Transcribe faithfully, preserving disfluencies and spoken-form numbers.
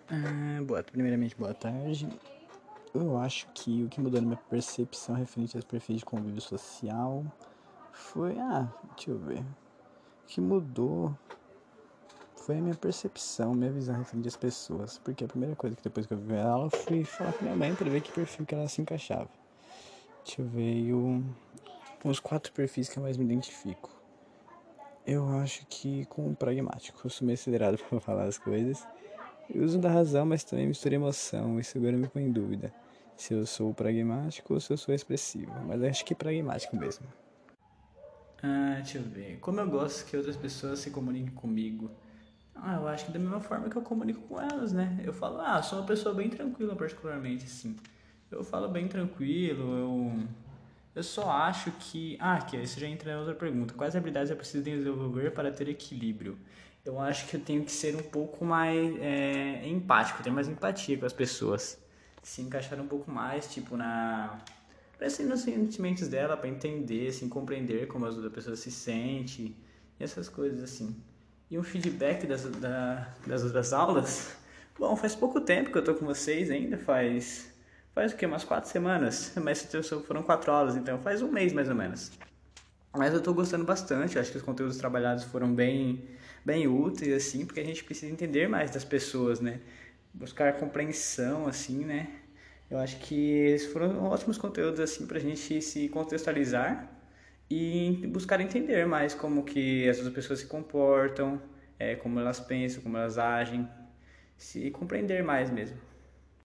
Ah, boa, primeiramente, boa tarde. Eu acho que o que mudou na minha percepção referente aos perfis de convívio social foi. Ah, deixa eu ver. O que mudou foi a minha percepção, minha visão referente às pessoas. Porque a primeira coisa que depois que eu vi ela, eu fui falar com minha mãe pra ver que perfil que ela se encaixava. Deixa eu ver. Eu, os quatro perfis que eu mais me identifico. Eu acho que com o pragmático. Eu sou meio acelerado pra falar as coisas. Eu uso da razão, mas também misturo emoção. Isso agora me põe em dúvida. Se eu sou pragmático ou se eu sou expressivo. Mas acho que pragmático mesmo. Ah, deixa eu ver. Como eu gosto que outras pessoas se comuniquem comigo? Ah, eu acho que da mesma forma que eu comunico com elas, né? Eu falo, ah, sou uma pessoa bem tranquila, particularmente, assim. Eu falo bem tranquilo, eu. Eu só acho que. Ah, que isso já entra na outra pergunta. Quais habilidades eu preciso desenvolver para ter equilíbrio? Eu acho que eu tenho que ser um pouco mais é, empático, ter mais empatia com as pessoas. Se encaixar um pouco mais, tipo, na. Prestar nos sentimentos dela, para entender, assim, compreender como as outras pessoas se sentem e essas coisas assim. E um feedback das, da, das outras aulas? Bom, faz pouco tempo que eu tô com vocês ainda, faz. Faz o quê? Umas quatro semanas? Mas foram quatro aulas, então faz um mês mais ou menos. Mas eu tô gostando bastante, eu acho que os conteúdos trabalhados foram bem, bem úteis, assim, porque a gente precisa entender mais das pessoas, né? Buscar compreensão, assim, né? Eu acho que esses foram ótimos conteúdos, assim, pra gente se contextualizar e buscar entender mais como que as outras pessoas se comportam, é, como elas pensam, como elas agem, se compreender mais mesmo.